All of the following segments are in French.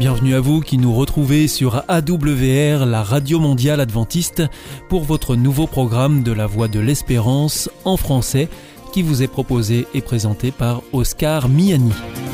Bienvenue à vous qui nous retrouvez sur AWR, la radio mondiale adventiste, pour votre nouveau programme de la Voix de l'Espérance en français qui vous est proposé et présenté par Oscar Miani.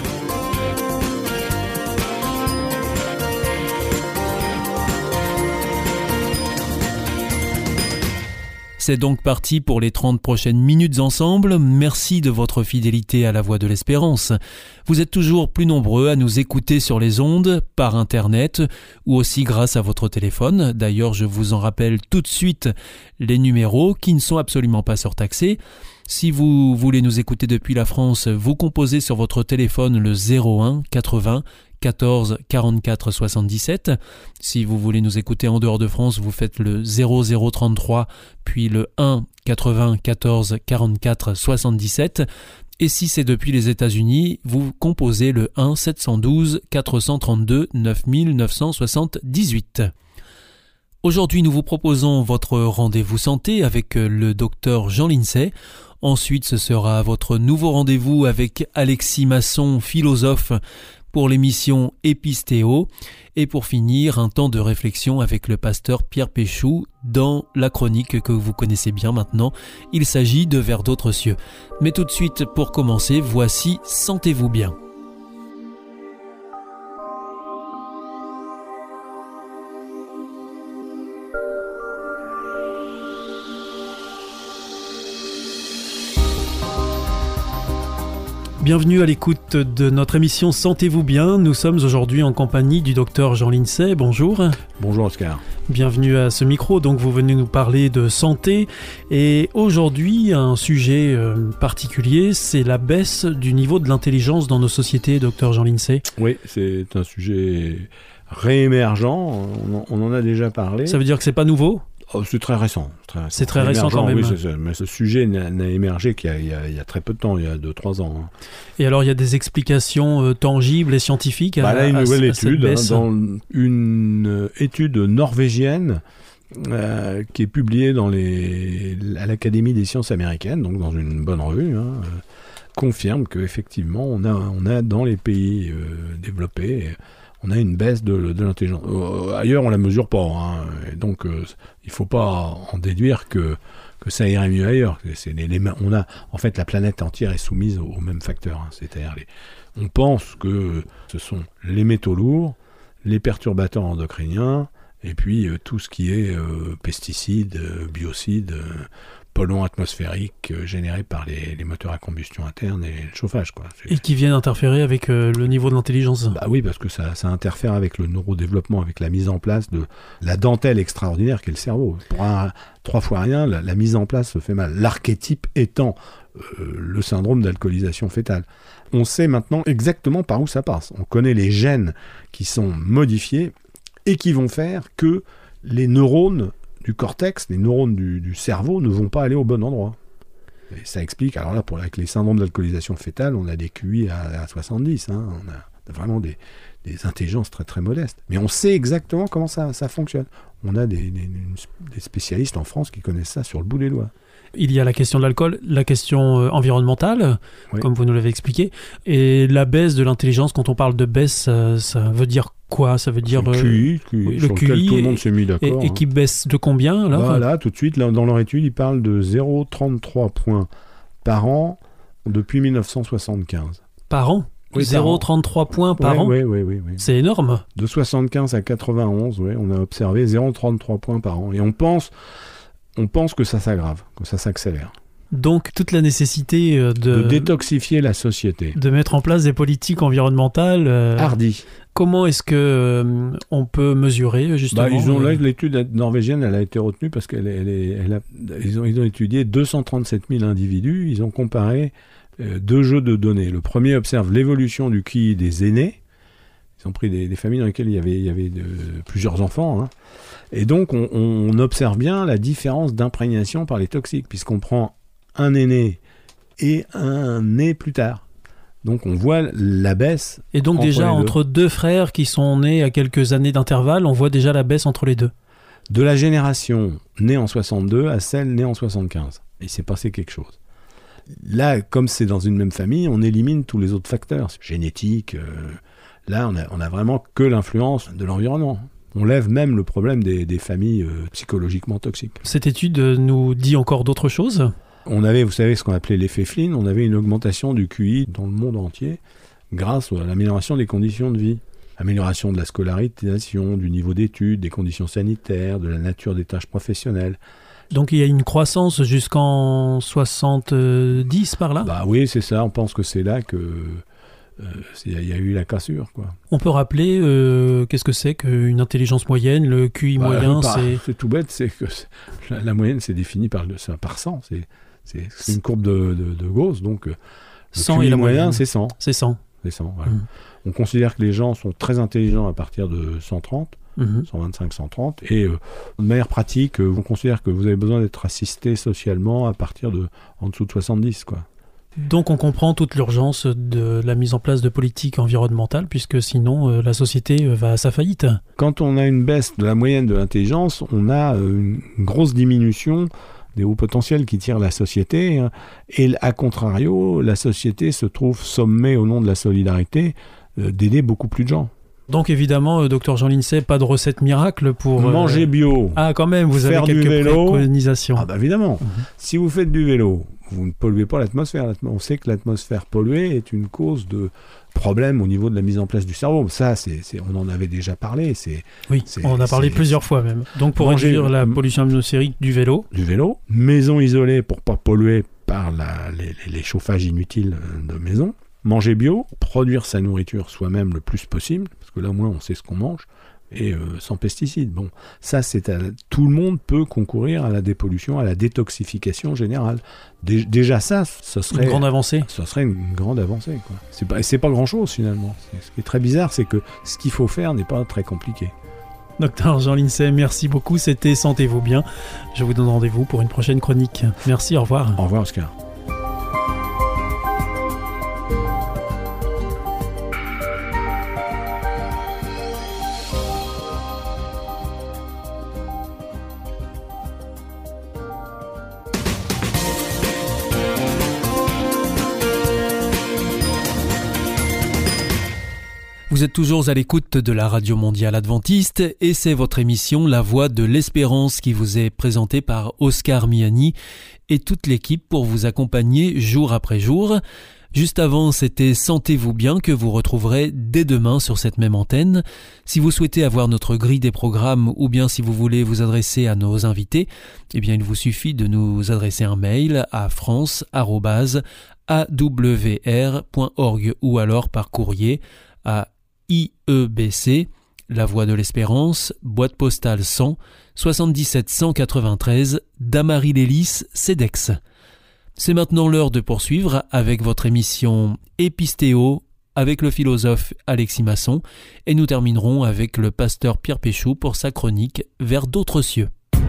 C'est donc parti pour les 30 prochaines minutes ensemble. Merci de votre fidélité à la Voix de l'Espérance. Vous êtes toujours plus nombreux à nous écouter sur les ondes, par Internet ou aussi grâce à votre téléphone. D'ailleurs, je vous en rappelle tout de suite les numéros qui ne sont absolument pas surtaxés. Si vous voulez nous écouter depuis la France, vous composez sur votre téléphone le 01 80 14 44 77. Si vous voulez nous écouter en dehors de France, vous faites le 0033 puis le 1 80 14 44 77. Et si c'est depuis les États-Unis, vous composez le 1 712 432 9978. Aujourd'hui, nous vous proposons votre rendez-vous santé avec le docteur Jean Lindsay. Ensuite, ce sera votre nouveau rendez-vous avec Alexis Masson, philosophe, pour l'émission Épistéo. Et pour finir, un temps de réflexion avec le pasteur Pierre Péchou dans la chronique que vous connaissez bien maintenant. Il s'agit de Vers d'autres cieux. Mais tout de suite, pour commencer, voici Sentez-vous bien. Bienvenue à l'écoute de notre émission Sentez-vous bien. Nous sommes aujourd'hui en compagnie du docteur Jean Lindsay. Bonjour. Bonjour Oscar. Bienvenue à ce micro. Donc vous venez nous parler de santé. Et aujourd'hui, un sujet particulier, c'est la baisse du niveau de l'intelligence dans nos sociétés, docteur Jean Lindsay. Oui, c'est un sujet réémergent. On en a déjà parlé. Ça veut dire que c'est pas nouveau ? Oh, c'est très récent. C'est très récent quand même. Oui, mais ce sujet n'a émergé qu'il y a très peu de temps, il y a 2-3 ans. Et alors, il y a des explications tangibles et scientifiques là, une nouvelle étude, dans une étude norvégienne qui est publiée à l'Académie des sciences américaines, donc dans une bonne revue, confirme qu'effectivement, on a dans les pays développés... on a une baisse de l'intelligence. Ailleurs, on ne la mesure pas. Et donc, il ne faut pas en déduire que ça irait mieux ailleurs. En fait, la planète entière est soumise aux mêmes facteurs. C'est-à-dire, on pense que ce sont les métaux lourds, les perturbateurs endocriniens, et puis tout ce qui est pesticides, biocides, polluants atmosphériques générés par les moteurs à combustion interne et le chauffage. Et qui viennent interférer avec le niveau de l'intelligence. Bah oui, parce que ça interfère avec le neurodéveloppement, avec la mise en place de la dentelle extraordinaire qu'est le cerveau. Pour 3 fois rien, la mise en place se fait mal. L'archétype étant le syndrome d'alcoolisation fœtale. On sait maintenant exactement par où ça passe. On connaît les gènes qui sont modifiés et qui vont faire que les neurones du cortex, les neurones du cerveau ne vont pas aller au bon endroit. Et ça explique, alors là, avec les syndromes d'alcoolisation fœtale, on a des QI à 70, on a vraiment des intelligences très très modestes. Mais on sait exactement comment ça fonctionne. On a des spécialistes en France qui connaissent ça sur le bout des doigts. Il y a la question de l'alcool, la question environnementale, oui, comme vous nous l'avez expliqué, et la baisse de l'intelligence. Quand on parle de baisse, ça veut dire quoi ? Ça veut dire le QI, sur lequel tout le monde s'est mis d'accord. Et qui baisse de combien alors ? Voilà, tout de suite, là, dans leur étude, ils parlent de 0,33 points par an depuis 1975. Par an ? Oui, 0,33 points par an ? Oui. C'est énorme. De 75 à 91, on a observé 0,33 points par an. Et on pense que ça s'aggrave, que ça s'accélère. Donc toute la nécessité de détoxifier la société. De mettre en place des politiques environnementales hardies. Comment est-ce que on peut mesurer justement l'étude norvégienne, elle a été retenue parce ils ont étudié 237 000 individus. Ils ont comparé 2 jeux de données. Le premier observe l'évolution du QI des aînés. Ils ont pris des familles dans lesquelles il y avait plusieurs enfants. Et donc, on observe bien la différence d'imprégnation par les toxiques, puisqu'on prend un aîné et un né plus tard. Donc, on voit la baisse. Et donc, déjà, entre 2 frères qui sont nés à quelques années d'intervalle, on voit déjà la baisse entre les 2. De la génération née en 62 à celle née en 75. Il s'est passé quelque chose. Là, comme c'est dans une même famille, on élimine tous les autres facteurs, génétiques. Là, on a vraiment que l'influence de l'environnement. On lève même le problème des familles psychologiquement toxiques. Cette étude nous dit encore d'autres choses ? On avait, vous savez, ce qu'on appelait l'effet Flynn, on avait une augmentation du QI dans le monde entier grâce à l'amélioration des conditions de vie. Amélioration de la scolarisation, du niveau d'études, des conditions sanitaires, de la nature des tâches professionnelles. Donc il y a une croissance jusqu'en 70 par là ? Bah oui, c'est ça, on pense que c'est là que il y a eu la cassure, quoi. On peut rappeler qu'est-ce que c'est qu'une intelligence moyenne, le QI moyen, c'est tout bête, c'est que la moyenne c'est défini par 100, c'est une courbe de Gauss, donc 100 le QI et la moyen moyenne, c'est 100. C'est 100. C'est 100, voilà. On considère que les gens sont très intelligents à partir de 130, 125, 130, et de manière pratique, on considère que vous avez besoin d'être assisté socialement à partir en dessous de 70, quoi. Donc on comprend toute l'urgence de la mise en place de politiques environnementales, puisque sinon la société va à sa faillite. Quand on a une baisse de la moyenne de l'intelligence, on a une grosse diminution des hauts potentiels qui tirent la société, hein. Et à contrario, la société se trouve sommée au nom de la solidarité d'aider beaucoup plus de gens. Donc évidemment, docteur Jean Lincey, pas de recette miracle pour... Manger bio. Ah quand même, vous avez quelques préconisations. Ah bah évidemment. Si vous faites du vélo, vous ne polluez pas l'atmosphère. On sait que l'atmosphère polluée est une cause de problèmes au niveau de la mise en place du cerveau. Ça, on en avait déjà parlé. On en a parlé plusieurs fois même. Donc pour réduire la pollution atmosphérique du vélo. Maison isolée pour ne pas polluer par les chauffages inutiles de maison. Manger bio, produire sa nourriture soi-même le plus possible, parce que là au moins on sait ce qu'on mange, et sans pesticides. Bon, ça tout le monde peut concourir à la dépollution, à la détoxification générale. Déjà ça, ce serait... Une grande avancée. Ce serait une grande avancée, quoi. C'est pas grand-chose finalement. Ce qui est très bizarre, c'est que ce qu'il faut faire n'est pas très compliqué. Docteur Jean Lincey, merci beaucoup, c'était Sentez-vous bien. Je vous donne rendez-vous pour une prochaine chronique. Merci, au revoir. Au revoir Oscar. Vous êtes toujours à l'écoute de la Radio Mondiale Adventiste et c'est votre émission La Voix de l'Espérance qui vous est présentée par Oscar Miani et toute l'équipe pour vous accompagner jour après jour. Juste avant, c'était Sentez-vous bien que vous retrouverez dès demain sur cette même antenne. Si vous souhaitez avoir notre grille des programmes ou bien si vous voulez vous adresser à nos invités, eh bien il vous suffit de nous adresser un mail à france@awr.org ou alors par courrier à IEBC, La Voix de l'Espérance, boîte postale 100, 77 193, Damary-Lélis, CEDEX. C'est maintenant l'heure de poursuivre avec votre émission Épistéo avec le philosophe Alexis Masson et nous terminerons avec le pasteur Pierre Péchou pour sa chronique Vers d'autres cieux.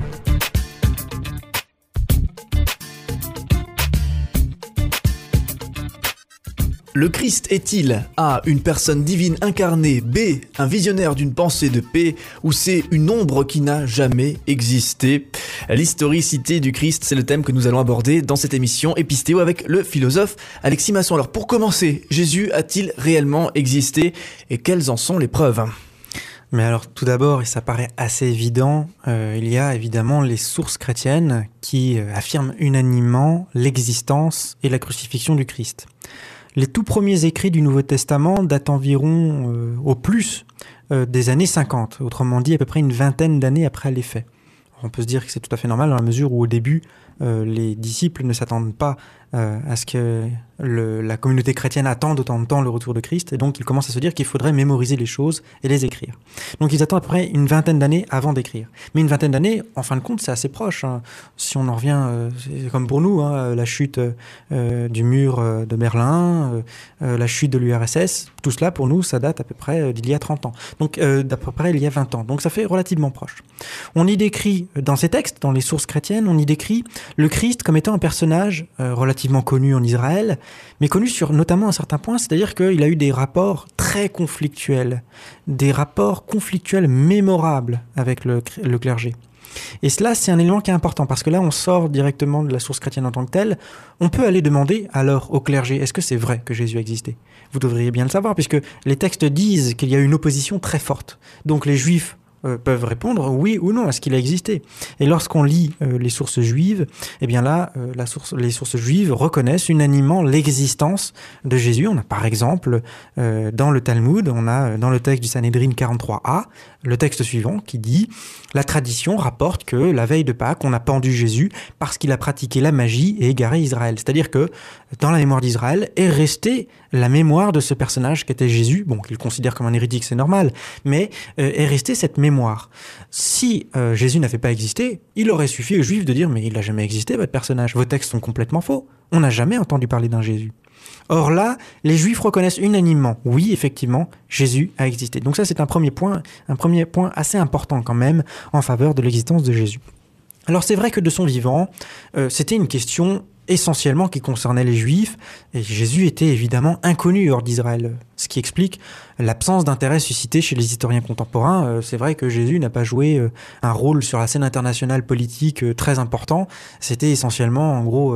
Le Christ est-il A. une personne divine incarnée, B. un visionnaire d'une pensée de paix, ou C. une ombre qui n'a jamais existé? L'historicité du Christ, c'est le thème que nous allons aborder dans cette émission Épistéo avec le philosophe Alexis Masson. Alors pour commencer, Jésus a-t-il réellement existé et quelles en sont les preuves? Mais alors tout d'abord, et ça paraît assez évident, il y a évidemment les sources chrétiennes qui affirment unanimement l'existence et la crucifixion du Christ. Les tout premiers écrits du Nouveau Testament datent environ, au plus, des années 50, autrement dit à peu près une vingtaine d'années après les faits. On peut se dire que c'est tout à fait normal dans la mesure où au début, les disciples ne s'attendent pas à ce que la communauté chrétienne attende autant de temps le retour de Christ, et donc ils commencent à se dire qu'il faudrait mémoriser les choses et les écrire. Donc ils attendent à peu près une vingtaine d'années avant d'écrire. Mais une vingtaine d'années, en fin de compte, c'est assez proche. Hein. Si on en revient, c'est comme pour nous, hein, la chute du mur de Berlin, la chute de l'URSS, tout cela pour nous, ça date à peu près d'il y a 30 ans. Donc d'à peu près il y a 20 ans. Donc ça fait relativement proche. On y décrit, dans ces textes, dans les sources chrétiennes, on y décrit le Christ comme étant un personnage relativement connu en Israël, mais connu sur notamment un certain point, c'est-à-dire qu'il a eu des rapports très conflictuels, des rapports conflictuels mémorables avec le clergé. Et cela, c'est un élément qui est important, parce que là, on sort directement de la source chrétienne en tant que telle. On peut aller demander alors au clergé, est-ce que c'est vrai que Jésus existait ? Vous devriez bien le savoir, puisque les textes disent qu'il y a une opposition très forte. Donc les Juifs peuvent répondre oui ou non à ce qu'il a existé. Et lorsqu'on lit les sources juives, eh bien là, les sources juives reconnaissent unanimement l'existence de Jésus. On a par exemple, dans le Talmud, on a dans le texte du Sanhédrin 43a, le texte suivant qui dit « La tradition rapporte que la veille de Pâques, on a pendu Jésus parce qu'il a pratiqué la magie et égaré Israël. » C'est-à-dire que dans la mémoire d'Israël est restée la mémoire de ce personnage qu'était Jésus, bon, qu'il considère comme un hérétique, c'est normal, mais est restée cette mémoire. Si Jésus n'avait pas existé, il aurait suffi aux Juifs de dire « Mais il n'a jamais existé, votre personnage. Vos textes sont complètement faux. On n'a jamais entendu parler d'un Jésus. » Or là, les Juifs reconnaissent unanimement, oui, effectivement, Jésus a existé. Donc ça, c'est un premier point assez important quand même en faveur de l'existence de Jésus. Alors c'est vrai que de son vivant, c'était une question essentiellement qui concernait les Juifs, et Jésus était évidemment inconnu hors d'Israël, ce qui explique l'absence d'intérêt suscité chez les historiens contemporains. C'est vrai que Jésus n'a pas joué un rôle sur la scène internationale politique très important, c'était essentiellement en gros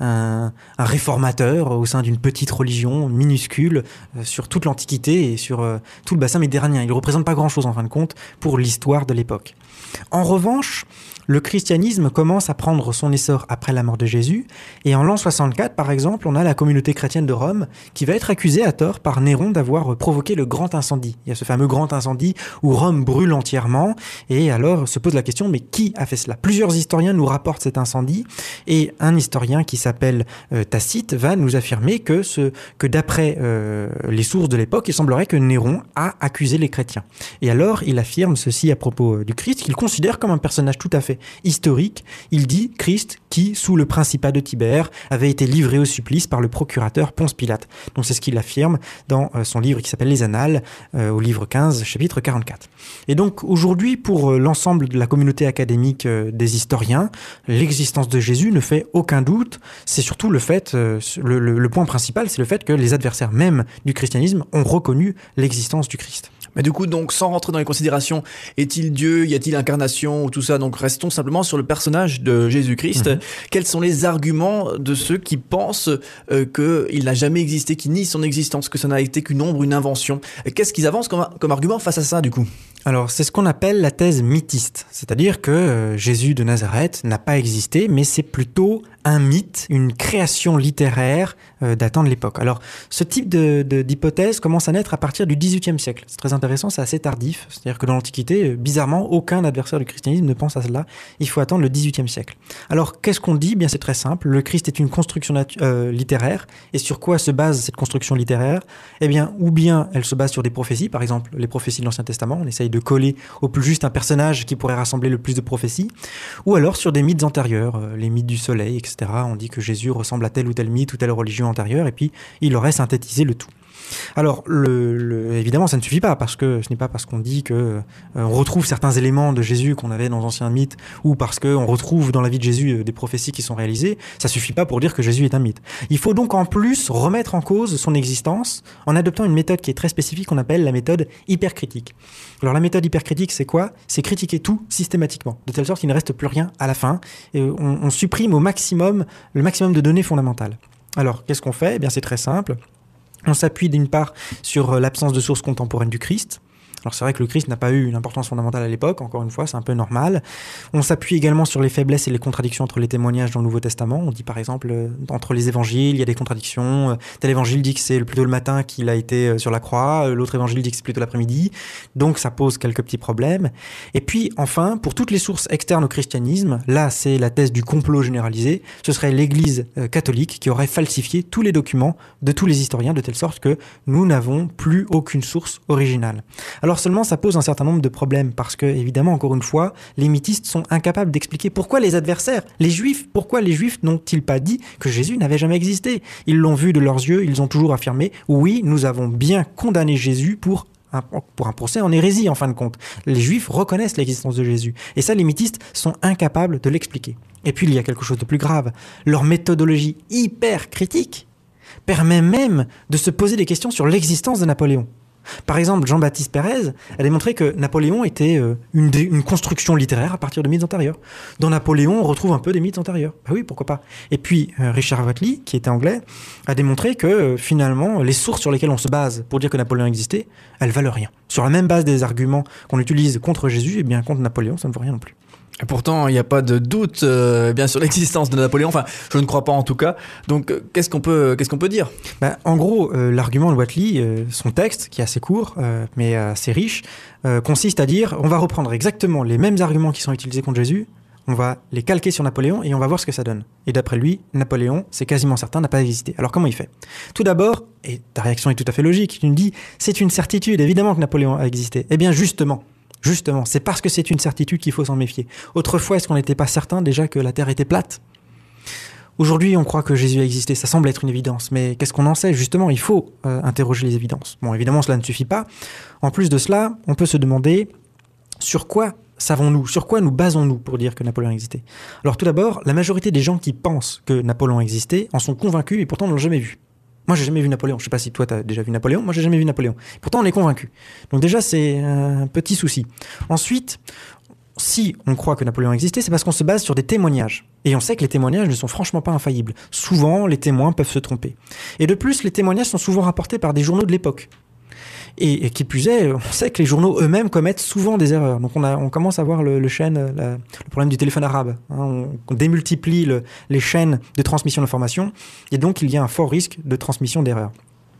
un réformateur au sein d'une petite religion minuscule sur toute l'Antiquité et sur tout le bassin méditerranéen. Il ne représente pas grand-chose en fin de compte pour l'histoire de l'époque. En revanche, le christianisme commence à prendre son essor après la mort de Jésus, et en l'an 64, par exemple, on a la communauté chrétienne de Rome qui va être accusée à tort par Néron d'avoir provoqué le grand incendie. Il y a ce fameux grand incendie où Rome brûle entièrement, et alors se pose la question, mais qui a fait cela ? Plusieurs historiens nous rapportent cet incendie, et un historien qui s'appelle Tacite va nous affirmer que d'après les sources de l'époque, il semblerait que Néron a accusé les chrétiens. Et alors, il affirme ceci à propos du Christ, qu'il considère comme un personnage tout à fait historique. Il dit Christ qui, sous le principat de Tibère, avait été livré au supplice par le procurateur Ponce Pilate. Donc c'est ce qu'il affirme dans son livre qui s'appelle Les Annales, au livre 15, chapitre 44. Et donc aujourd'hui, pour l'ensemble de la communauté académique des historiens, l'existence de Jésus ne fait aucun doute. C'est surtout le fait, le point principal, c'est le fait que les adversaires même du christianisme ont reconnu l'existence du Christ. Mais du coup, donc, sans rentrer dans les considérations, est-il Dieu, y a-t-il incarnation ou tout ça, donc restons simplement sur le personnage de Jésus-Christ. Quels sont les arguments de ceux qui pensent qu'il n'a jamais existé, qui nient son existence, que ça n'a été qu'une ombre, une invention ? Qu'est-ce qu'ils avancent comme argument face à ça, du coup ? Alors, c'est ce qu'on appelle la thèse mythiste, c'est-à-dire que Jésus de Nazareth n'a pas existé, mais c'est plutôt un mythe, une création littéraire datant de l'époque. Alors, ce type d'hypothèse commence à naître à partir du XVIIIe siècle. C'est très intéressant, c'est assez tardif, c'est-à-dire que dans l'Antiquité, bizarrement, aucun adversaire du christianisme ne pense à cela. Il faut attendre le XVIIIe siècle. Alors, qu'est-ce qu'on dit ? Bien, c'est très simple. Le Christ est une construction littéraire. Et sur quoi se base cette construction littéraire ? Eh bien, ou bien elle se base sur des prophéties, par exemple les prophéties de l'Ancien Testament. On essaye de coller au plus juste un personnage qui pourrait rassembler le plus de prophéties, ou alors sur des mythes antérieurs, les mythes du soleil, etc. On dit que Jésus ressemble à tel ou tel mythe ou telle religion antérieure, et puis il aurait synthétisé le tout. Alors, évidemment, ça ne suffit pas, parce que ce n'est pas parce qu'on dit que on retrouve certains éléments de Jésus qu'on avait dans l'ancien mythe, ou parce qu'on retrouve dans la vie de Jésus des prophéties qui sont réalisées, ça suffit pas pour dire que Jésus est un mythe. Il faut donc en plus remettre en cause son existence en adoptant une méthode qui est très spécifique, qu'on appelle la méthode hypercritique. Alors la méthode hypercritique, c'est quoi ? C'est critiquer tout systématiquement, de telle sorte qu'il ne reste plus rien à la fin, et on supprime le maximum de données fondamentales. Alors, qu'est-ce qu'on fait ? Eh bien, c'est très simple. On s'appuie d'une part sur l'absence de sources contemporaines du Christ. Alors c'est vrai que le Christ n'a pas eu une importance fondamentale à l'époque, encore une fois, c'est un peu normal. On s'appuie également sur les faiblesses et les contradictions entre les témoignages dans le Nouveau Testament. On dit par exemple, entre les évangiles, il y a des contradictions. Tel évangile dit que c'est plutôt le matin qu'il a été sur la croix, l'autre évangile dit que c'est plutôt l'après-midi. Donc ça pose quelques petits problèmes. Et puis enfin, pour toutes les sources externes au christianisme, là c'est la thèse du complot généralisé, ce serait l'Église catholique qui aurait falsifié tous les documents de tous les historiens, de telle sorte que nous n'avons plus aucune source originale. Alors seulement, ça pose un certain nombre de problèmes parce que, évidemment, encore une fois, les mythistes sont incapables d'expliquer pourquoi les adversaires, pourquoi les Juifs n'ont-ils pas dit que Jésus n'avait jamais existé ? Ils l'ont vu de leurs yeux, ils ont toujours affirmé « Oui, nous avons bien condamné Jésus pour un procès en hérésie, en fin de compte. » Les Juifs reconnaissent l'existence de Jésus. Et ça, les mythistes sont incapables de l'expliquer. Et puis, il y a quelque chose de plus grave. Leur méthodologie hyper critique permet même de se poser des questions sur l'existence de Napoléon. Par exemple, Jean-Baptiste Pérez a démontré que Napoléon était une construction littéraire à partir de mythes antérieurs. Dans Napoléon, on retrouve un peu des mythes antérieurs. Bah oui, pourquoi pas. Et puis, Richard Whately, qui était anglais, a démontré que finalement, les sources sur lesquelles on se base pour dire que Napoléon existait, elles valent rien. Sur la même base des arguments qu'on utilise contre Jésus, eh bien contre Napoléon, ça ne vaut rien non plus. Et pourtant, il n'y a pas de doute bien sur l'existence de Napoléon. Enfin, je ne crois pas en tout cas. Donc, qu'est-ce qu'on peut dire ? En gros, l'argument de Whately, son texte, qui est assez court, mais assez riche, consiste à dire on va reprendre exactement les mêmes arguments qui sont utilisés contre Jésus, on va les calquer sur Napoléon et on va voir ce que ça donne. Et d'après lui, Napoléon, c'est quasiment certain, n'a pas existé. Alors comment il fait ? Tout d'abord, et ta réaction est tout à fait logique, tu me dis c'est une certitude, évidemment que Napoléon a existé. Eh bien justement, c'est parce que c'est une certitude qu'il faut s'en méfier. Autrefois, est-ce qu'on n'était pas certain déjà que la Terre était plate ? Aujourd'hui, on croit que Jésus a existé, ça semble être une évidence, mais qu'est-ce qu'on en sait ? Justement, il faut interroger les évidences. Bon, évidemment, cela ne suffit pas. En plus de cela, on peut se demander sur quoi savons-nous ? Sur quoi nous basons-nous pour dire que Napoléon existait ? Alors tout d'abord, la majorité des gens qui pensent que Napoléon existait en sont convaincus et pourtant ne l'ont jamais vu. Moi, j'ai jamais vu Napoléon. Je sais pas si toi, tu as déjà vu Napoléon. Moi, j'ai jamais vu Napoléon. Pourtant, on est convaincu. Donc déjà, c'est un petit souci. Ensuite, si on croit que Napoléon existait, c'est parce qu'on se base sur des témoignages. Et on sait que les témoignages ne sont franchement pas infaillibles. Souvent, les témoins peuvent se tromper. Et de plus, les témoignages sont souvent rapportés par des journaux de l'époque. Et qui plus est, on sait que les journaux eux-mêmes commettent souvent des erreurs. Donc on commence à voir le problème du téléphone arabe. On démultiplie les chaînes de transmission d'informations et donc il y a un fort risque de transmission d'erreurs.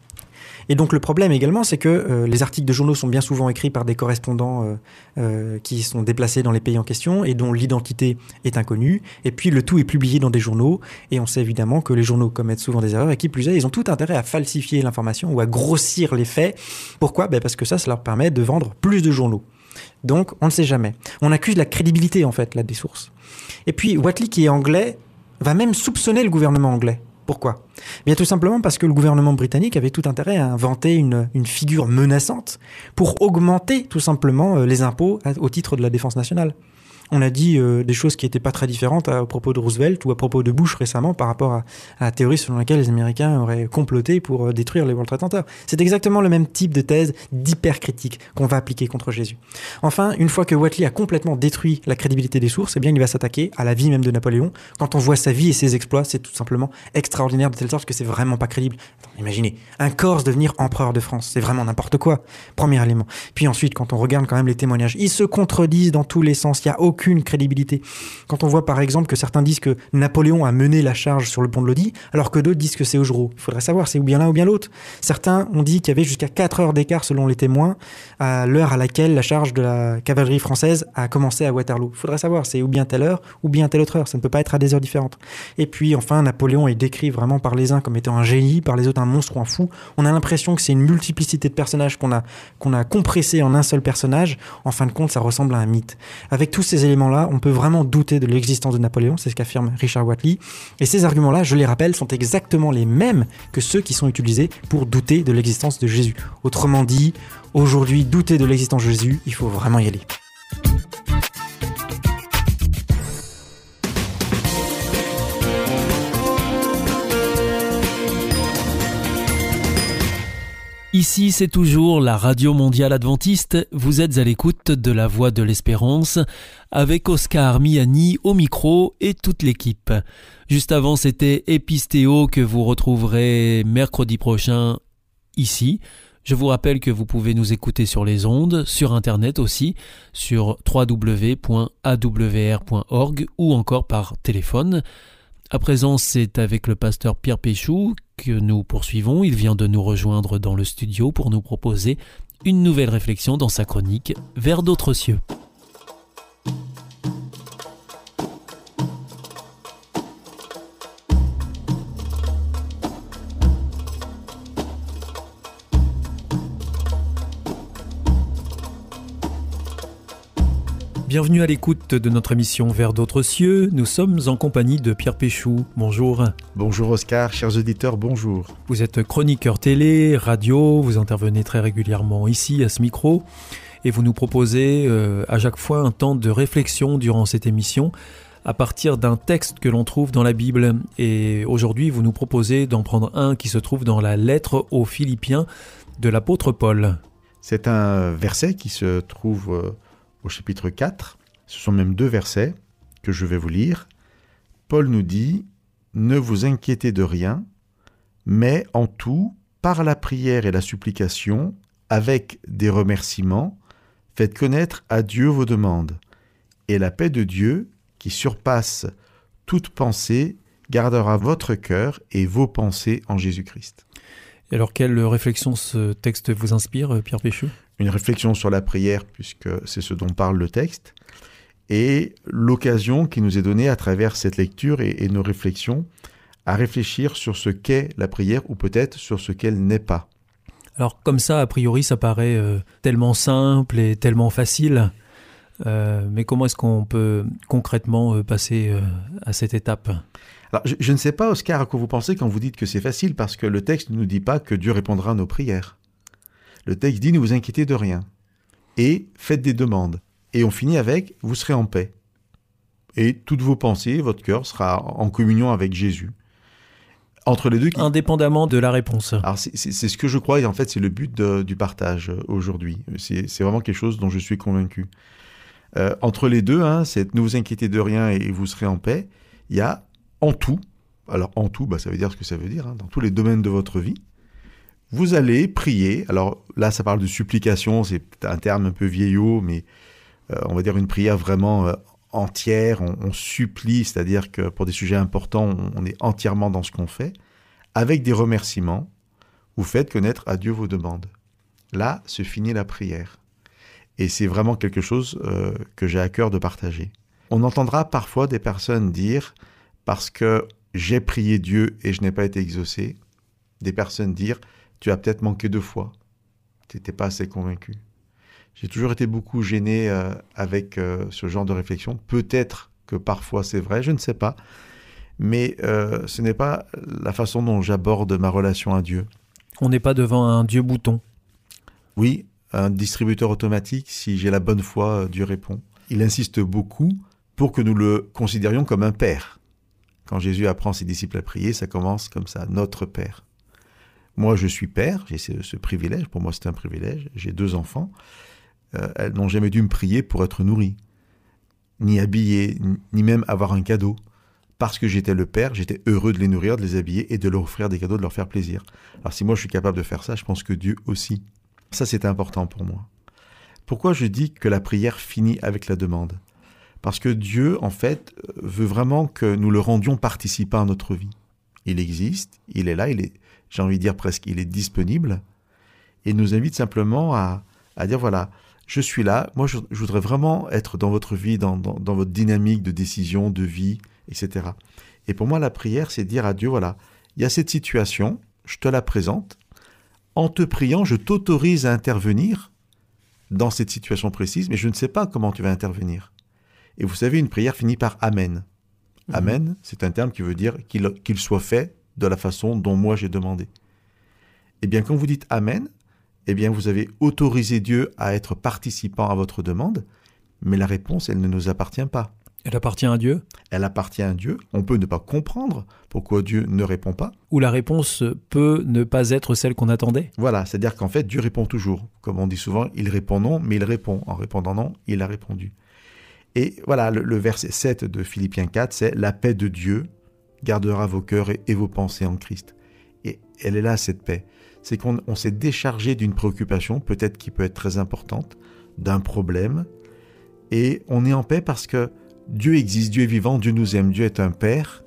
Et donc le problème également, c'est que les articles de journaux sont bien souvent écrits par des correspondants qui sont déplacés dans les pays en question et dont l'identité est inconnue. Et puis le tout est publié dans des journaux et on sait évidemment que les journaux commettent souvent des erreurs et qui plus est, ils ont tout intérêt à falsifier l'information ou à grossir les faits. Pourquoi ? Parce que ça leur permet de vendre plus de journaux. Donc on ne sait jamais. On accuse la crédibilité en fait là des sources. Et puis Whately, qui est anglais, va même soupçonner le gouvernement anglais. Pourquoi ? Bien tout simplement parce que le gouvernement britannique avait tout intérêt à inventer une figure menaçante pour augmenter tout simplement les impôts au titre de la défense nationale. On a dit des choses qui n'étaient pas très différentes à propos de Roosevelt ou à propos de Bush récemment par rapport à la théorie selon laquelle les Américains auraient comploté pour détruire les World Trade Center. C'est exactement le même type de thèse d'hypercritique qu'on va appliquer contre Jésus. Enfin, une fois que Whately a complètement détruit la crédibilité des sources, eh bien, il va s'attaquer à la vie même de Napoléon. Quand on voit sa vie et ses exploits, c'est tout simplement extraordinaire de telle sorte que c'est vraiment pas crédible. Attends, imaginez, un Corse devenir empereur de France, c'est vraiment n'importe quoi. Premier élément. Puis ensuite, quand on regarde quand même les témoignages, ils se contredisent dans tous les sens. Il y a aucune crédibilité. Quand on voit par exemple que certains disent que Napoléon a mené la charge sur le pont de Lodi, alors que d'autres disent que c'est Augereau. Il faudrait savoir, c'est ou bien l'un ou bien l'autre. Certains ont dit qu'il y avait jusqu'à 4 heures d'écart selon les témoins à l'heure à laquelle la charge de la cavalerie française a commencé à Waterloo. Il faudrait savoir, c'est ou bien telle heure ou bien telle autre heure. Ça ne peut pas être à des heures différentes. Et puis enfin, Napoléon est décrit vraiment par les uns comme étant un génie, par les autres un monstre ou un fou. On a l'impression que c'est une multiplicité de personnages qu'on a compressé en un seul personnage. En fin de compte, ça ressemble à un mythe. Avec tous ces éléments-là, on peut vraiment douter de l'existence de Napoléon, c'est ce qu'affirme Richard Whately. Et ces arguments-là, je les rappelle, sont exactement les mêmes que ceux qui sont utilisés pour douter de l'existence de Jésus. Autrement dit, aujourd'hui, douter de l'existence de Jésus, il faut vraiment y aller. Ici, c'est toujours la Radio Mondiale Adventiste. Vous êtes à l'écoute de La Voix de l'Espérance avec Oscar Miani au micro et toute l'équipe. Juste avant, c'était Épistéo que vous retrouverez mercredi prochain ici. Je vous rappelle que vous pouvez nous écouter sur les ondes, sur Internet aussi, sur www.awr.org ou encore par téléphone. À présent, c'est avec le pasteur Pierre Péchou que nous poursuivons. Il vient de nous rejoindre dans le studio pour nous proposer une nouvelle réflexion dans sa chronique « Vers d'autres cieux ». Bienvenue à l'écoute de notre émission Vers d'autres cieux. Nous sommes en compagnie de Pierre Péchou. Bonjour. Bonjour Oscar, chers auditeurs, bonjour. Vous êtes chroniqueur télé, radio, vous intervenez très régulièrement ici à ce micro et vous nous proposez à chaque fois un temps de réflexion durant cette émission à partir d'un texte que l'on trouve dans la Bible. Et aujourd'hui, vous nous proposez d'en prendre un qui se trouve dans la lettre aux Philippiens de l'apôtre Paul. C'est un verset qui se trouve au chapitre 4. Ce sont même 2 versets que je vais vous lire. Paul nous dit « Ne vous inquiétez de rien, mais en tout, par la prière et la supplication, avec des remerciements, faites connaître à Dieu vos demandes. Et la paix de Dieu, qui surpasse toute pensée, gardera votre cœur et vos pensées en Jésus-Christ. » Et alors, quelle réflexion ce texte vous inspire, Pierre Pécheux ? Une réflexion sur la prière, puisque c'est ce dont parle le texte, et l'occasion qui nous est donnée à travers cette lecture et nos réflexions à réfléchir sur ce qu'est la prière ou peut-être sur ce qu'elle n'est pas. Alors comme ça, a priori, ça paraît tellement simple et tellement facile, mais comment est-ce qu'on peut concrètement passer à cette étape ? Alors, je ne sais pas, Oscar, à quoi vous pensez quand vous dites que c'est facile, parce que le texte ne nous dit pas que Dieu répondra à nos prières. Le texte dit « Ne vous inquiétez de rien » et « Faites des demandes ». Et on finit avec « Vous serez en paix ». Et toutes vos pensées, votre cœur sera en communion avec Jésus. Entre les deux... Indépendamment de la réponse. Alors, c'est ce que je crois, et en fait, c'est le but du partage aujourd'hui. C'est vraiment quelque chose dont je suis convaincu. Entre les deux, c'est « Ne vous inquiétez de rien et vous serez en paix », il y a en tout, alors en tout, ça veut dire ce que ça veut dire, dans tous les domaines de votre vie, vous allez prier. Alors là, ça parle de supplication, c'est un terme un peu vieillot, mais on va dire une prière vraiment entière. On supplie, c'est-à-dire que pour des sujets importants, on est entièrement dans ce qu'on fait. Avec des remerciements, vous faites connaître à Dieu vos demandes. Là, se finit la prière. Et c'est vraiment quelque chose que j'ai à cœur de partager. On entendra parfois des personnes dire « parce que j'ai prié Dieu et je n'ai pas été exaucé », des personnes dire « tu as peut-être manqué de foi, tu n'étais pas assez convaincu ». J'ai toujours été beaucoup gêné avec ce genre de réflexion. Peut-être que parfois c'est vrai, je ne sais pas, mais ce n'est pas la façon dont j'aborde ma relation à Dieu. On n'est pas devant un Dieu bouton. Oui, un distributeur automatique, si j'ai la bonne foi, Dieu répond. Il insiste beaucoup pour que nous le considérions comme un père. Quand Jésus apprend ses disciples à prier, ça commence comme ça, notre Père. Moi, je suis père, j'ai ce privilège, pour moi c'est un privilège, j'ai 2 enfants, elles n'ont jamais dû me prier pour être nourries, ni habillées, ni même avoir un cadeau. Parce que j'étais le père, j'étais heureux de les nourrir, de les habiller et de leur offrir des cadeaux, de leur faire plaisir. Alors si moi je suis capable de faire ça, je pense que Dieu aussi. Ça c'est important pour moi. Pourquoi je dis que la prière finit avec la demande ? Parce que Dieu, en fait, veut vraiment que nous le rendions participant à notre vie. Il existe, il est là, j'ai envie de dire presque, il est disponible. Et il nous invite simplement à dire, voilà, je suis là, moi je voudrais vraiment être dans votre vie, dans votre dynamique de décision, de vie, etc. Et pour moi, la prière, c'est dire à Dieu, voilà, il y a cette situation, je te la présente. En te priant, je t'autorise à intervenir dans cette situation précise, mais je ne sais pas comment tu vas intervenir. Et vous savez, une prière finit par « Amen ». Amen, c'est un terme qui veut dire qu'il soit fait de la façon dont moi j'ai demandé. Eh bien, quand vous dites « Amen », eh bien, vous avez autorisé Dieu à être participant à votre demande, mais la réponse, elle ne nous appartient pas. Elle appartient à Dieu ? Elle appartient à Dieu. On peut ne pas comprendre pourquoi Dieu ne répond pas. Ou la réponse peut ne pas être celle qu'on attendait ? Voilà, c'est-à-dire qu'en fait, Dieu répond toujours. Comme on dit souvent, il répond non, mais il répond. En répondant non, il a répondu. Et voilà, le verset 7 de Philippiens 4, c'est « La paix de Dieu gardera vos cœurs et vos pensées en Christ ». Et elle est là, cette paix. C'est qu'on s'est déchargé d'une préoccupation, peut-être qui peut être très importante, d'un problème, et on est en paix parce que Dieu existe, Dieu est vivant, Dieu nous aime, Dieu est un Père,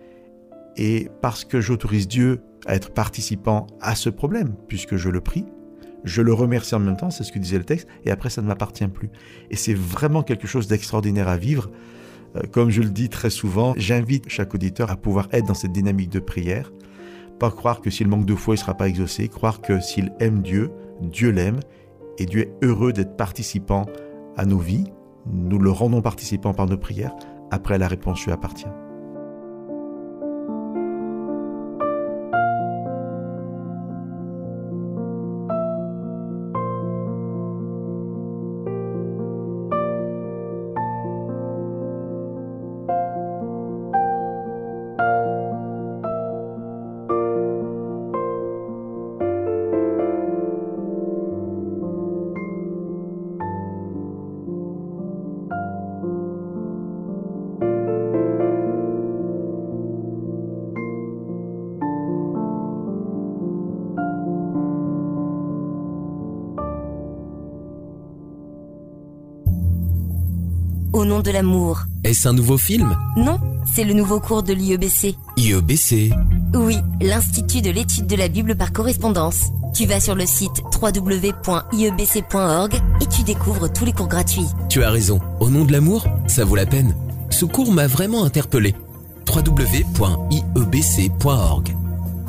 et parce que j'autorise Dieu à être participant à ce problème, puisque je le prie, je le remercie en même temps, c'est ce que disait le texte, et après ça ne m'appartient plus. Et c'est vraiment quelque chose d'extraordinaire à vivre. Comme je le dis très souvent, j'invite chaque auditeur à pouvoir être dans cette dynamique de prière, pas croire que s'il manque de foi, il ne sera pas exaucé, croire que s'il aime Dieu, Dieu l'aime, et Dieu est heureux d'être participant à nos vies. Nous le rendons participant par nos prières, après la réponse lui appartient. Au nom de l'amour. Est-ce un nouveau film? Non, c'est le nouveau cours de l'IEBC. IEBC? Oui, l'Institut de l'étude de la Bible par correspondance. Tu vas sur le site www.iebc.org et tu découvres tous les cours gratuits. Tu as raison, au nom de l'amour, ça vaut la peine. Ce cours m'a vraiment interpellé. www.iebc.org.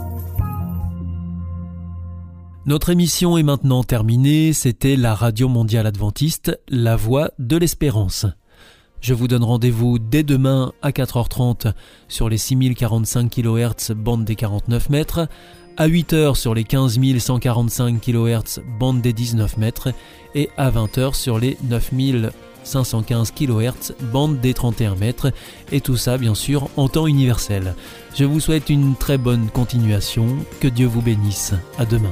Notre émission est maintenant terminée, c'était la Radio Mondiale Adventiste, la voix de l'espérance. Je vous donne rendez-vous dès demain à 4h30 sur les 6045 kHz bande des 49 mètres, à 8h sur les 15145 kHz bande des 19 mètres et à 20h sur les 9515 kHz bande des 31 mètres, et tout ça bien sûr en temps universel. Je vous souhaite une très bonne continuation, que Dieu vous bénisse. À demain.